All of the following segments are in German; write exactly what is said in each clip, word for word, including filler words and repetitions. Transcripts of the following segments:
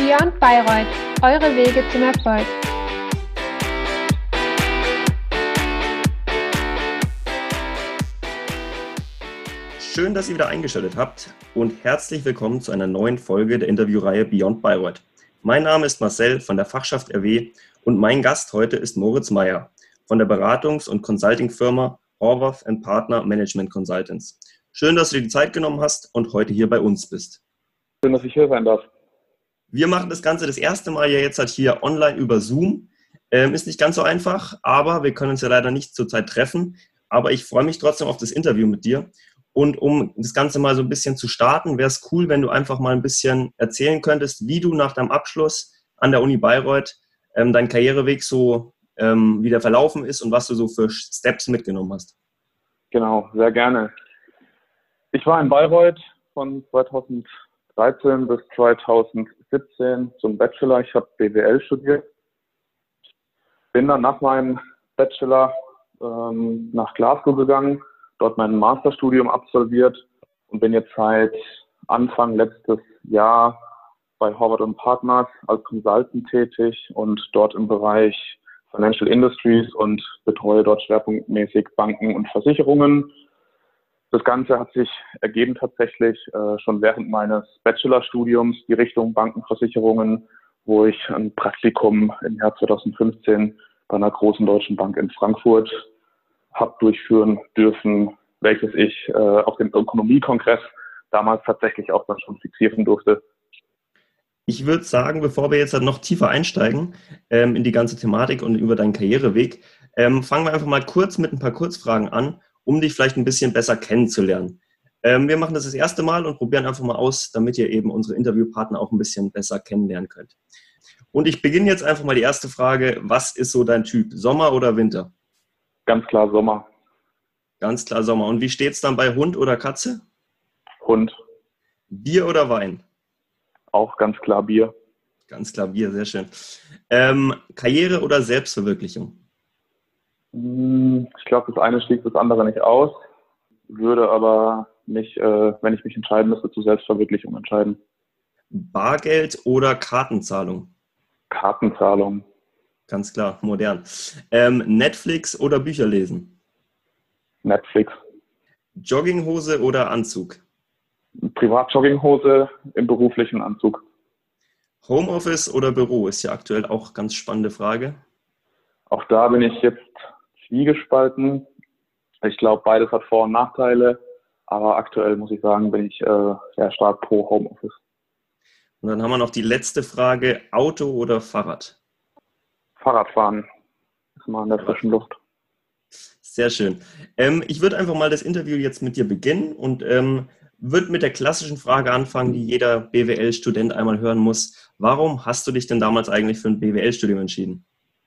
Beyond Bayreuth, eure Wege zum Erfolg. Schön, dass ihr wieder eingeschaltet habt und herzlich willkommen zu einer neuen Folge der Interviewreihe Beyond Bayreuth. Mein Name ist Marcel von der Fachschaft R W und mein Gast heute ist Moritz Meyer von der Beratungs- und Consulting-Firma Horvath and Partner Management Consultants. Schön, dass du dir die Zeit genommen hast und heute hier bei uns bist. Schön, dass ich hier sein darf. Wir machen das Ganze das erste Mal ja jetzt halt hier online über Zoom. Ähm, ist nicht ganz so einfach, aber wir können uns ja leider nicht zurzeit treffen. Aber ich freue mich trotzdem auf das Interview mit dir. Und um das Ganze mal so ein bisschen zu starten, wäre es cool, wenn du einfach mal ein bisschen erzählen könntest, wie du nach deinem Abschluss an der Uni Bayreuth ähm, dein Karriereweg so ähm, wieder verlaufen ist und was du so für Steps mitgenommen hast. Genau, sehr gerne. Ich war in Bayreuth von zweitausenddreizehn bis zweitausendsiebzehn zum Bachelor. Ich habe B W L studiert. Bin dann nach meinem Bachelor ähm, nach Glasgow gegangen, dort mein Masterstudium absolviert und bin jetzt seit Anfang letztes Jahr bei Horvath and Partners als Consultant tätig und dort im Bereich Financial Industries und betreue dort schwerpunktmäßig Banken und Versicherungen. Das Ganze hat sich ergeben tatsächlich äh, schon während meines Bachelorstudiums, die Richtung Bankenversicherungen, wo ich ein Praktikum im Jahr zweitausendfünfzehn bei einer großen deutschen Bank in Frankfurt habe durchführen dürfen, welches ich äh, auf dem Ökonomiekongress damals tatsächlich auch dann schon fixieren durfte. Ich würde sagen, bevor wir jetzt halt noch tiefer einsteigen ähm, in die ganze Thematik und über deinen Karriereweg, ähm, fangen wir einfach mal kurz mit ein paar Kurzfragen an, um dich vielleicht ein bisschen besser kennenzulernen. Ähm, wir machen das das erste Mal und probieren einfach mal aus, damit ihr eben unsere Interviewpartner auch ein bisschen besser kennenlernen könnt. Und ich beginne jetzt einfach mal die erste Frage. Was ist so dein Typ? Sommer oder Winter? Ganz klar Sommer. Ganz klar Sommer. Und wie steht es dann bei Hund oder Katze? Hund. Bier oder Wein? Auch ganz klar Bier. Ganz klar Bier, sehr schön. Ähm, Karriere oder Selbstverwirklichung? Ich glaube, das eine schließt das andere nicht aus, würde aber mich, äh, wenn ich mich entscheiden müsste, zur Selbstverwirklichung entscheiden. Bargeld oder Kartenzahlung? Kartenzahlung. Ganz klar, modern. Ähm, Netflix oder Bücher lesen? Netflix. Jogginghose oder Anzug? Privat-Jogginghose im beruflichen Anzug. Homeoffice oder Büro ist ja aktuell auch eine ganz spannende Frage. Auch da bin ich jetzt zwiegespalten. Ich glaube, beides hat Vor- und Nachteile, aber aktuell muss ich sagen, bin ich äh, sehr stark pro Homeoffice. Und dann haben wir noch die letzte Frage, Auto oder Fahrrad? Fahrradfahren ist mal in der frischen Luft. Sehr schön. Ähm, ich würde einfach mal das Interview jetzt mit dir beginnen und ähm, würde mit der klassischen Frage anfangen, die jeder B W L-Student einmal hören muss. Warum hast du dich denn damals eigentlich für ein B W L-Studium entschieden?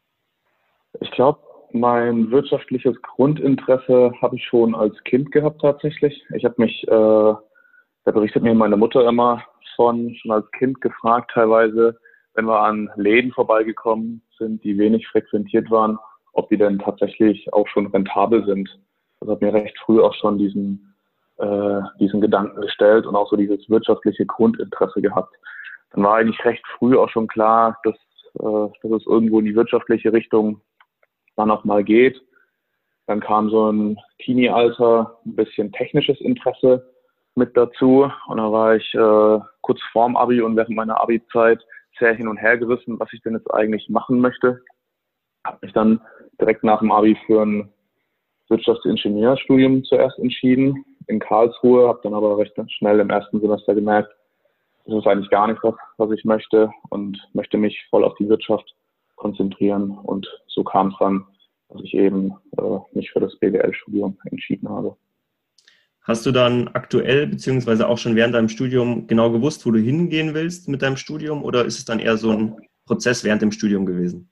Ich glaube, mein wirtschaftliches Grundinteresse habe ich schon als Kind gehabt tatsächlich. Ich habe mich, äh, da berichtet mir meine Mutter immer von, schon als Kind gefragt teilweise, wenn wir an Läden vorbeigekommen sind, die wenig frequentiert waren, ob die denn tatsächlich auch schon rentabel sind. Das hat mir recht früh auch schon diesen, äh, diesen Gedanken gestellt und auch so dieses wirtschaftliche Grundinteresse gehabt. Dann war eigentlich recht früh auch schon klar, dass, äh, dass es irgendwo in die wirtschaftliche Richtung dann auch mal geht. Dann kam so ein Teenie-Alter, ein bisschen technisches Interesse mit dazu. Und da war ich äh, kurz vorm Abi und während meiner Abi-Zeit sehr hin und her gerissen, was ich denn jetzt eigentlich machen möchte. Habe mich dann direkt nach dem Abi für ein Wirtschaftsingenieurstudium zuerst entschieden in Karlsruhe, habe dann aber recht schnell im ersten Semester gemerkt, das ist eigentlich gar nicht das, was ich möchte und möchte mich voll auf die Wirtschaft konzentrieren. Und so kam es dann, dass ich eben äh, mich für das B W L-Studium entschieden habe. Hast du dann aktuell, beziehungsweise auch schon während deinem Studium genau gewusst, wo du hingehen willst mit deinem Studium, oder ist es dann eher so ein Prozess während dem Studium gewesen?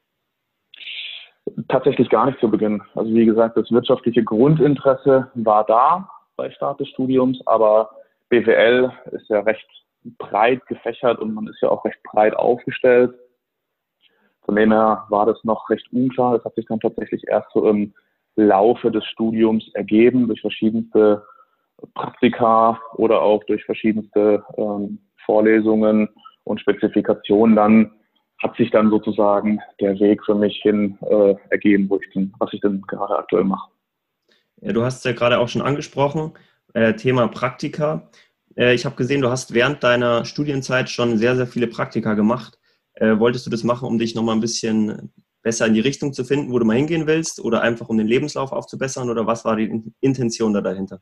Tatsächlich gar nicht zu Beginn. Also wie gesagt, das wirtschaftliche Grundinteresse war da bei Start des Studiums, aber B W L ist ja recht breit gefächert und man ist ja auch recht breit aufgestellt. Von dem her war das noch recht unklar. Das hat sich dann tatsächlich erst so im Laufe des Studiums ergeben, durch verschiedenste Praktika oder auch durch verschiedenste ähm, Vorlesungen und Spezifikationen, dann hat sich dann sozusagen der Weg für mich hin äh, ergeben, wo ich denn, was ich denn gerade aktuell mache. Ja, du hast es ja gerade auch schon angesprochen, äh, Thema Praktika. Äh, ich habe gesehen, du hast während deiner Studienzeit schon sehr, sehr viele Praktika gemacht. Äh, wolltest du das machen, um dich nochmal ein bisschen besser in die Richtung zu finden, wo du mal hingehen willst, oder einfach um den Lebenslauf aufzubessern, oder was war die Intention da dahinter?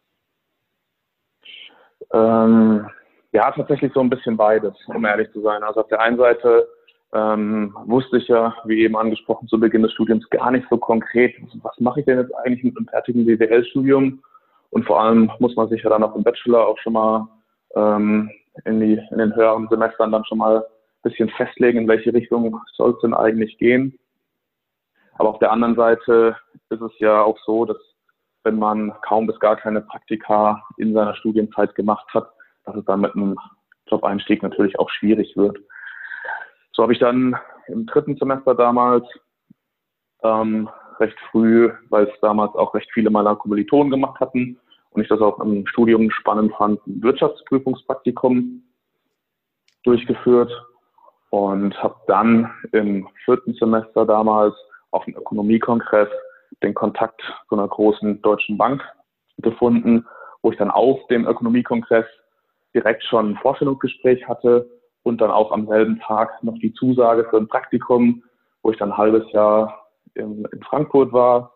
Ähm, ja, tatsächlich so ein bisschen beides, um ehrlich zu sein. Also auf der einen Seite ähm, wusste ich ja, wie eben angesprochen, zu Beginn des Studiums gar nicht so konkret, was mache ich denn jetzt eigentlich mit einem fertigen B W L-Studium? Und vor allem muss man sich ja dann auch im Bachelor auch schon mal ähm, in, die, in den höheren Semestern dann schon mal ein bisschen festlegen, in welche Richtung soll es denn eigentlich gehen. Aber auf der anderen Seite ist es ja auch so, dass wenn man kaum bis gar keine Praktika in seiner Studienzeit gemacht hat, dass es dann mit einem Job-Einstieg natürlich auch schwierig wird. So habe ich dann im dritten Semester damals ähm, recht früh, weil es damals auch recht viele meiner Kommilitonen gemacht hatten und ich das auch im Studium spannend fand, ein Wirtschaftsprüfungspraktikum durchgeführt und habe dann im vierten Semester damals auf dem Ökonomiekongress den Kontakt zu einer großen deutschen Bank gefunden, wo ich dann auf dem Ökonomiekongress direkt schon ein Vorstellungsgespräch hatte und dann auch am selben Tag noch die Zusage für ein Praktikum, wo ich dann ein halbes Jahr in, in Frankfurt war,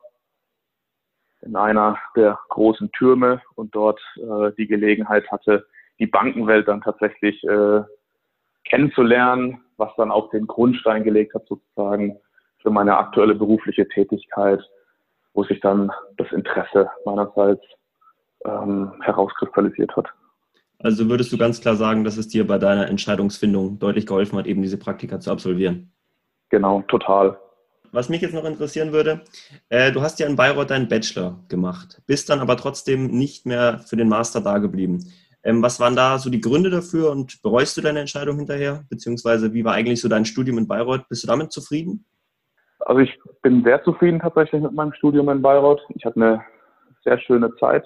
in einer der großen Türme und dort äh, die Gelegenheit hatte, die Bankenwelt dann tatsächlich äh, kennenzulernen, was dann auch den Grundstein gelegt hat sozusagen für meine aktuelle berufliche Tätigkeit, wo sich dann das Interesse meinerseits ähm, herauskristallisiert hat. Also würdest du ganz klar sagen, dass es dir bei deiner Entscheidungsfindung deutlich geholfen hat, eben diese Praktika zu absolvieren? Genau, total. Was mich jetzt noch interessieren würde, äh, du hast ja in Bayreuth deinen Bachelor gemacht, bist dann aber trotzdem nicht mehr für den Master da geblieben. Ähm, was waren da so die Gründe dafür und bereust du deine Entscheidung hinterher? Beziehungsweise wie war eigentlich so dein Studium in Bayreuth? Bist du damit zufrieden? Also ich bin sehr zufrieden tatsächlich mit meinem Studium in Bayreuth. Ich hatte eine sehr schöne Zeit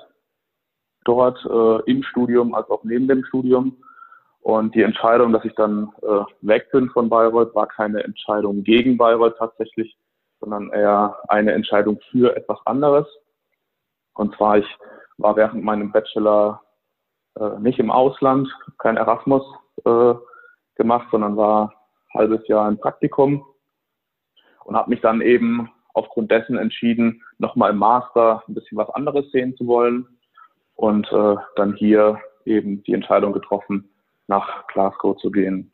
dort äh, im Studium als auch neben dem Studium. Und die Entscheidung, dass ich dann äh, weg bin von Bayreuth, war keine Entscheidung gegen Bayreuth tatsächlich, sondern eher eine Entscheidung für etwas anderes. Und zwar, ich war während meinem Bachelor äh, nicht im Ausland, kein Erasmus äh, gemacht, sondern war ein halbes Jahr im Praktikum und habe mich dann eben aufgrund dessen entschieden, nochmal im Master ein bisschen was anderes sehen zu wollen und äh, dann hier eben die Entscheidung getroffen, nach Glasgow zu gehen.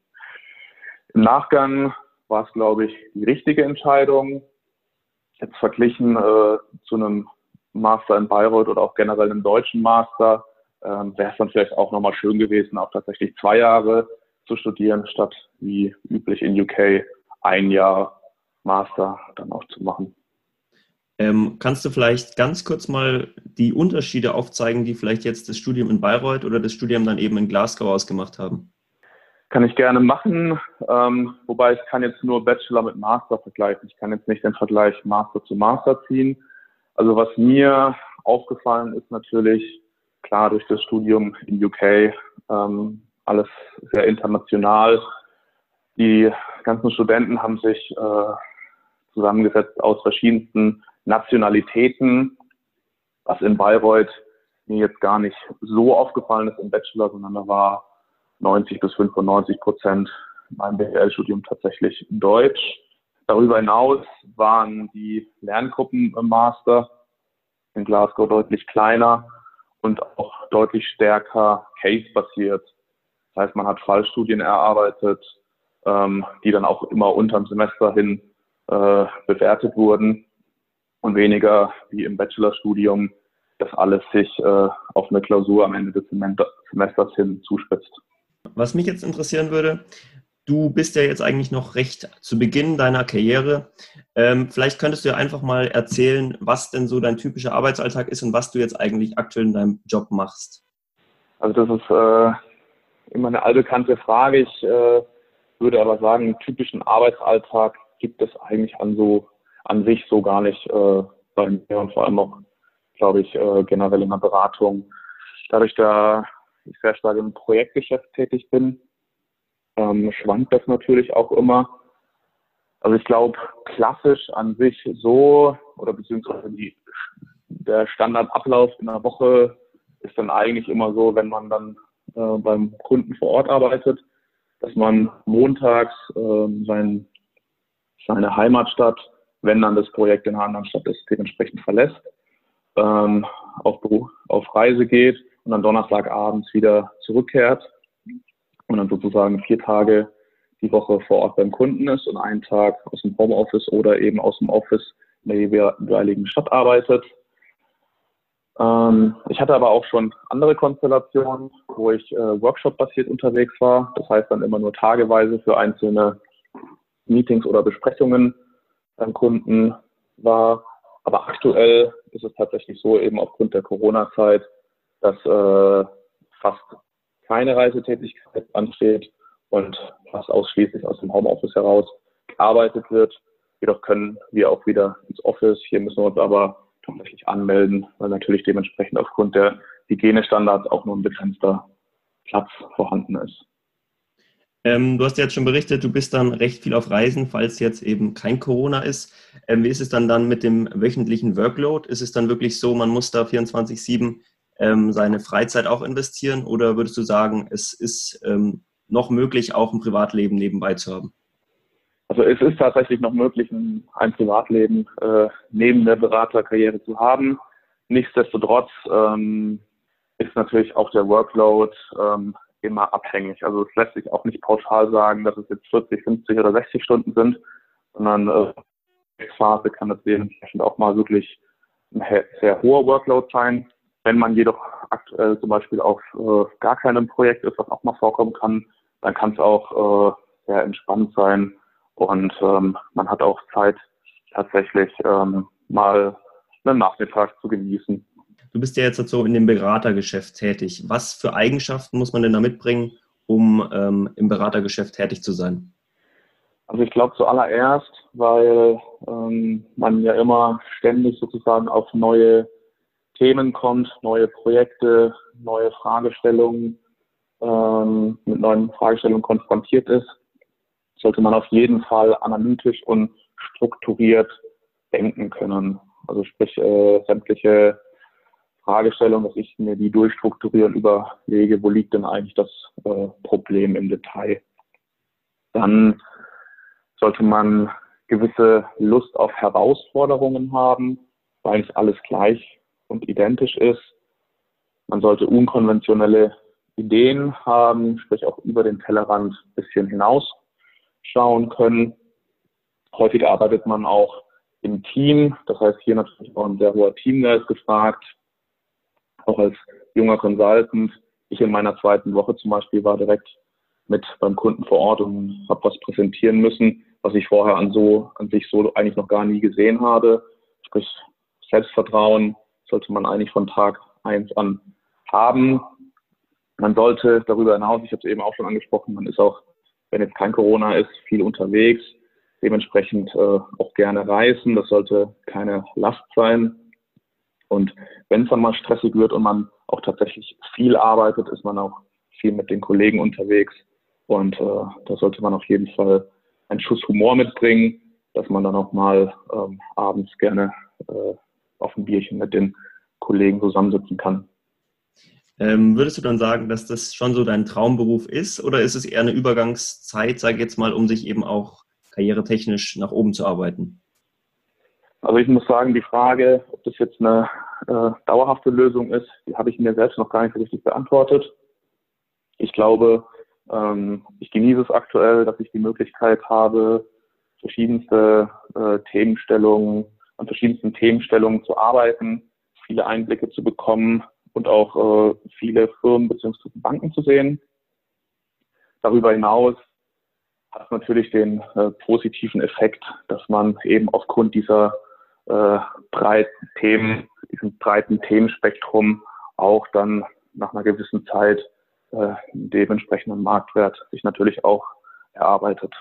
Im Nachgang war es, glaube ich, die richtige Entscheidung. Jetzt verglichen äh, zu einem Master in Bayreuth oder auch generell einem deutschen Master, äh, wäre es dann vielleicht auch nochmal schön gewesen, auch tatsächlich zwei Jahre zu studieren, statt wie üblich in U K ein Jahr Master dann auch zu machen. Ähm, kannst du vielleicht ganz kurz mal die Unterschiede aufzeigen, die vielleicht jetzt das Studium in Bayreuth oder das Studium dann eben in Glasgow ausgemacht haben? Kann ich gerne machen, ähm, wobei ich kann jetzt nur Bachelor mit Master vergleichen. Ich kann jetzt nicht den Vergleich Master zu Master ziehen. Also was mir aufgefallen ist natürlich, klar durch das Studium in U K, ähm, alles sehr international. Die ganzen Studenten haben sich äh, zusammengesetzt aus verschiedensten Nationalitäten, was in Bayreuth mir jetzt gar nicht so aufgefallen ist im Bachelor, sondern da war neunzig bis fünfundneunzig Prozent in meinem B W L-Studium tatsächlich Deutsch. Darüber hinaus waren die Lerngruppen im Master in Glasgow deutlich kleiner und auch deutlich stärker case-basiert. Das heißt, man hat Fallstudien erarbeitet, ähm, die dann auch immer unterm Semester hin äh, bewertet wurden und weniger wie im Bachelorstudium, dass alles sich äh, auf eine Klausur am Ende des Semesters hin zuspitzt. Was mich jetzt interessieren würde, du bist ja jetzt eigentlich noch recht zu Beginn deiner Karriere. Ähm, vielleicht könntest du ja einfach mal erzählen, was denn so dein typischer Arbeitsalltag ist und was du jetzt eigentlich aktuell in deinem Job machst. Also das ist äh, immer eine allbekannte Frage. Ich äh, würde aber sagen, einen typischen Arbeitsalltag gibt es eigentlich an so an sich so gar nicht äh, bei mir und vor allem auch, glaube ich, äh, generell in der Beratung. Dadurch, da ich sehr stark im Projektgeschäft tätig bin, ähm, schwankt das natürlich auch immer. Also ich glaube, klassisch an sich so, oder beziehungsweise die, der Standardablauf in der Woche ist dann eigentlich immer so, wenn man dann äh, beim Kunden vor Ort arbeitet, dass man montags äh, sein, seine Heimatstadt, wenn dann das Projekt in einer anderen Stadt ist, dementsprechend verlässt, ähm, auf, auf Reise geht und dann Donnerstagabends wieder zurückkehrt und dann sozusagen vier Tage die Woche vor Ort beim Kunden ist und einen Tag aus dem Homeoffice oder eben aus dem Office in der jeweiligen Stadt arbeitet. Ähm, ich hatte aber auch schon andere Konstellationen, wo ich äh, Workshop-basiert unterwegs war. Das heißt dann immer nur tageweise für einzelne Meetings oder Besprechungen beim Kunden war. Aber aktuell ist es tatsächlich so, eben aufgrund der Corona-Zeit, dass äh, fast keine Reisetätigkeit ansteht und fast ausschließlich aus dem Homeoffice heraus gearbeitet wird. Jedoch können wir auch wieder ins Office. Hier müssen wir uns aber tatsächlich anmelden, weil natürlich dementsprechend aufgrund der Hygienestandards auch nur ein begrenzter Platz vorhanden ist. Ähm, du hast ja jetzt schon berichtet, du bist dann recht viel auf Reisen, falls jetzt eben kein Corona ist. Ähm, wie ist es dann dann mit dem wöchentlichen Workload? Ist es dann wirklich so, man muss da vierundzwanzig sieben ähm, seine Freizeit auch investieren oder würdest du sagen, es ist ähm, noch möglich, auch ein Privatleben nebenbei zu haben? Also es ist tatsächlich noch möglich, ein, ein Privatleben äh, neben der Beraterkarriere zu haben. Nichtsdestotrotz ähm, ist natürlich auch der Workload ähm, immer abhängig. Also es lässt sich auch nicht pauschal sagen, dass es jetzt vierzig, fünfzig oder sechzig Stunden sind, sondern äh, in der Phase kann das dementsprechend auch mal wirklich ein sehr hoher Workload sein. Wenn man jedoch aktuell zum Beispiel auf äh, gar keinem Projekt ist, was auch mal vorkommen kann, dann kann es auch äh, sehr entspannt sein und ähm, man hat auch Zeit, tatsächlich ähm, mal einen Nachmittag zu genießen. Du bist ja jetzt so in dem Beratergeschäft tätig. Was für Eigenschaften muss man denn da mitbringen, um ähm, im Beratergeschäft tätig zu sein? Also ich glaube zuallererst, weil ähm, man ja immer ständig sozusagen auf neue Themen kommt, neue Projekte, neue Fragestellungen, ähm, mit neuen Fragestellungen konfrontiert ist, sollte man auf jeden Fall analytisch und strukturiert denken können. Also sprich äh, sämtliche Fragestellungen, dass ich mir die durchstrukturiere und überlege, wo liegt denn eigentlich das äh, Problem im Detail. Dann sollte man gewisse Lust auf Herausforderungen haben, weil nicht alles gleich und identisch ist. Man sollte unkonventionelle Ideen haben, sprich auch über den Tellerrand ein bisschen hinausschauen können. Häufig arbeitet man auch im Team, das heißt hier natürlich auch ein sehr hoher Teamgeist gefragt. Auch als junger Consultant, ich in meiner zweiten Woche zum Beispiel war direkt mit beim Kunden vor Ort und habe was präsentieren müssen, was ich vorher an so an sich so eigentlich noch gar nie gesehen habe. Sprich, Selbstvertrauen sollte man eigentlich von Tag eins an haben. Man sollte darüber hinaus, ich habe es eben auch schon angesprochen, man ist auch, wenn jetzt kein Corona ist, viel unterwegs, dementsprechend äh, auch gerne reisen. Das sollte keine Last sein. Und wenn es dann mal stressig wird und man auch tatsächlich viel arbeitet, ist man auch viel mit den Kollegen unterwegs. Und äh, da sollte man auf jeden Fall einen Schuss Humor mitbringen, dass man dann auch mal ähm, abends gerne äh, auf ein Bierchen mit den Kollegen zusammensitzen kann. Ähm, würdest du dann sagen, dass das schon so dein Traumberuf ist oder ist es eher eine Übergangszeit, sage ich jetzt mal, um sich eben auch karrieretechnisch nach oben zu arbeiten? Also ich muss sagen, die Frage, ob das jetzt eine äh, dauerhafte Lösung ist, die habe ich mir selbst noch gar nicht so richtig beantwortet. Ich glaube, ähm, ich genieße es aktuell, dass ich die Möglichkeit habe, verschiedenste äh, Themenstellungen, an verschiedensten Themenstellungen zu arbeiten, viele Einblicke zu bekommen und auch äh, viele Firmen bzw. Banken zu sehen. Darüber hinaus hat es natürlich den äh, positiven Effekt, dass man eben aufgrund dieser äh, breiten Themen, diesem breiten Themenspektrum auch dann nach einer gewissen Zeit äh, dementsprechenden Marktwert sich natürlich auch erarbeitet.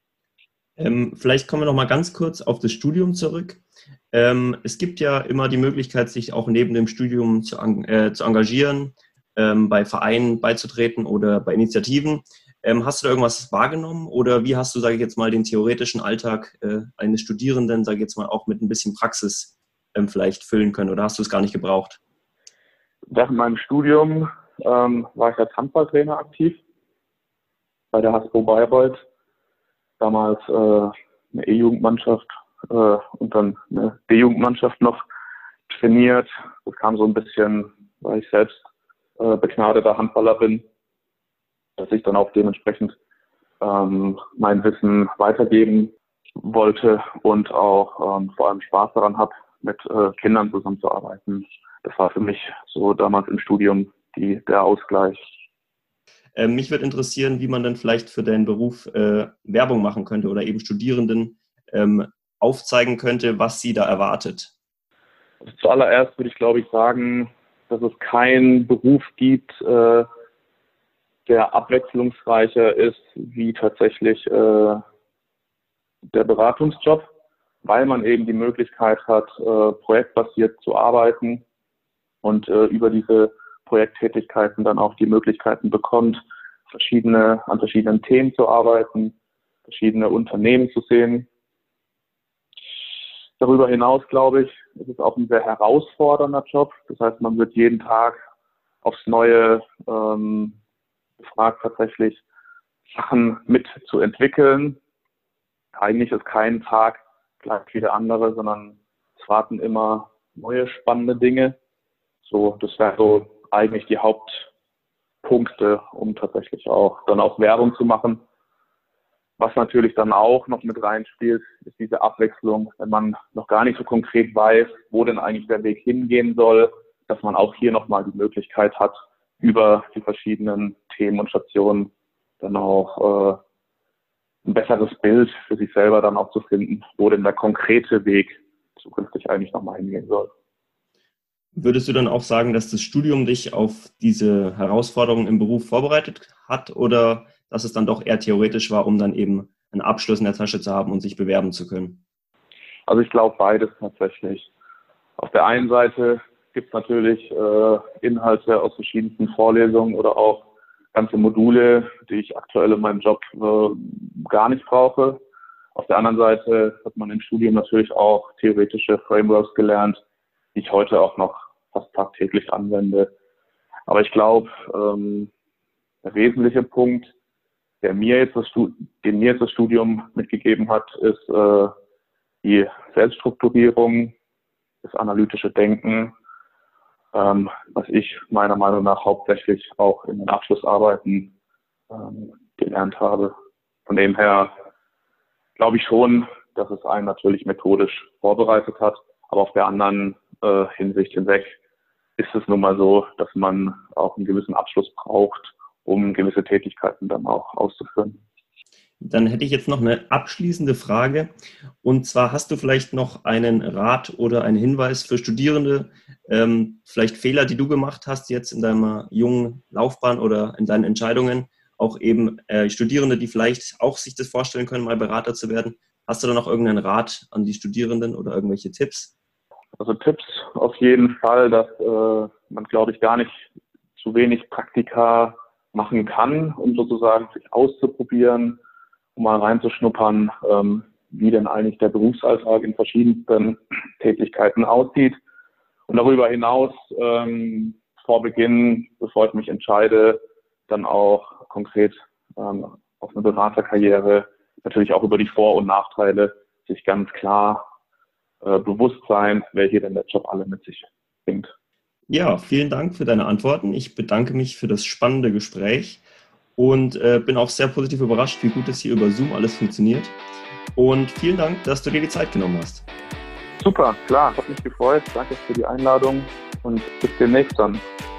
Ähm, vielleicht kommen wir noch mal ganz kurz auf das Studium zurück. Ähm, es gibt ja immer die Möglichkeit, sich auch neben dem Studium zu, äh, zu engagieren, ähm, bei Vereinen beizutreten oder bei Initiativen. Ähm, hast du da irgendwas wahrgenommen oder wie hast du, sage ich jetzt mal, den theoretischen Alltag äh, eines Studierenden, sage ich jetzt mal, auch mit ein bisschen Praxis ähm, vielleicht füllen können oder hast du es gar nicht gebraucht? Während meinem Studium ähm, war ich als Handballtrainer aktiv bei der H S V Bayreuth. Damals äh, eine E-Jugendmannschaft äh, und dann eine D-Jugendmannschaft noch trainiert. Das kam so ein bisschen, weil ich selbst äh, begnadeter Handballer bin, dass ich dann auch dementsprechend ähm, mein Wissen weitergeben wollte und auch ähm, vor allem Spaß daran habe, mit äh, Kindern zusammenzuarbeiten. Das war für mich so damals im Studium die, der Ausgleich. Ähm, mich würde interessieren, wie man dann vielleicht für deinen Beruf äh, Werbung machen könnte oder eben Studierenden ähm, aufzeigen könnte, was sie da erwartet. Also zuallererst würde ich, glaube ich, sagen, dass es keinen Beruf gibt, äh, der abwechslungsreicher ist wie tatsächlich äh, der Beratungsjob, weil man eben die Möglichkeit hat, äh, projektbasiert zu arbeiten und äh, über diese Projekttätigkeiten dann auch die Möglichkeiten bekommt, verschiedene, an verschiedenen Themen zu arbeiten, verschiedene Unternehmen zu sehen. Darüber hinaus, glaube ich, ist es auch ein sehr herausfordernder Job. Das heißt, man wird jeden Tag aufs Neue ähm, gefragt, tatsächlich Sachen mit zu entwickeln. Eigentlich ist kein Tag gleich wie der andere, sondern es warten immer neue spannende Dinge. So, das wäre so eigentlich die Hauptpunkte, um tatsächlich auch dann auch Werbung zu machen. Was natürlich dann auch noch mit reinspielt, ist diese Abwechslung, wenn man noch gar nicht so konkret weiß, wo denn eigentlich der Weg hingehen soll, dass man auch hier nochmal die Möglichkeit hat, über die verschiedenen Themen und Stationen dann auch äh, ein besseres Bild für sich selber dann auch zu finden, wo denn der konkrete Weg zukünftig eigentlich nochmal hingehen soll. Würdest du dann auch sagen, dass das Studium dich auf diese Herausforderungen im Beruf vorbereitet hat oder dass es dann doch eher theoretisch war, um dann eben einen Abschluss in der Tasche zu haben und sich bewerben zu können? Also ich glaube beides tatsächlich. Auf der einen Seite gibt es natürlich äh, Inhalte aus verschiedensten Vorlesungen oder auch ganze Module, die ich aktuell in meinem Job äh, gar nicht brauche. Auf der anderen Seite hat man im Studium natürlich auch theoretische Frameworks gelernt, die ich heute auch noch fast tagtäglich anwende. Aber ich glaube, ähm, der wesentliche Punkt, der mir jetzt das Stud- den mir jetzt das Studium mitgegeben hat, ist äh, die Selbststrukturierung, das analytische Denken, ähm, was ich meiner Meinung nach hauptsächlich auch in den Abschlussarbeiten ähm, gelernt habe. Von dem her glaube ich schon, dass es einen natürlich methodisch vorbereitet hat, aber auf der anderen äh, Hinsicht hinweg ist es nun mal so, dass man auch einen gewissen Abschluss braucht, um gewisse Tätigkeiten dann auch auszuführen. Dann hätte ich jetzt noch eine abschließende Frage. Und zwar hast du vielleicht noch einen Rat oder einen Hinweis für Studierende, ähm, vielleicht Fehler, die du gemacht hast jetzt in deiner jungen Laufbahn oder in deinen Entscheidungen, auch eben äh, Studierende, die vielleicht auch sich das vorstellen können, mal Berater zu werden. Hast du da noch irgendeinen Rat an die Studierenden oder irgendwelche Tipps? Also Tipps auf jeden Fall, dass äh, man, glaube ich, gar nicht zu wenig Praktika machen kann, um sozusagen sich auszuprobieren, um mal reinzuschnuppern, ähm, wie denn eigentlich der Berufsalltag in verschiedensten Tätigkeiten aussieht. Und darüber hinaus ähm, vor Beginn, bevor ich mich entscheide, dann auch konkret ähm, auf eine Beraterkarriere, natürlich auch über die Vor- und Nachteile sich ganz klar äh, bewusst sein, welche denn der Job alle mit sich bringt. Ja, vielen Dank für deine Antworten. Ich bedanke mich für das spannende Gespräch und äh, bin auch sehr positiv überrascht, wie gut es hier über Zoom alles funktioniert. Und vielen Dank, dass du dir die Zeit genommen hast. Super, klar, hat mich gefreut. Danke für die Einladung und bis demnächst dann.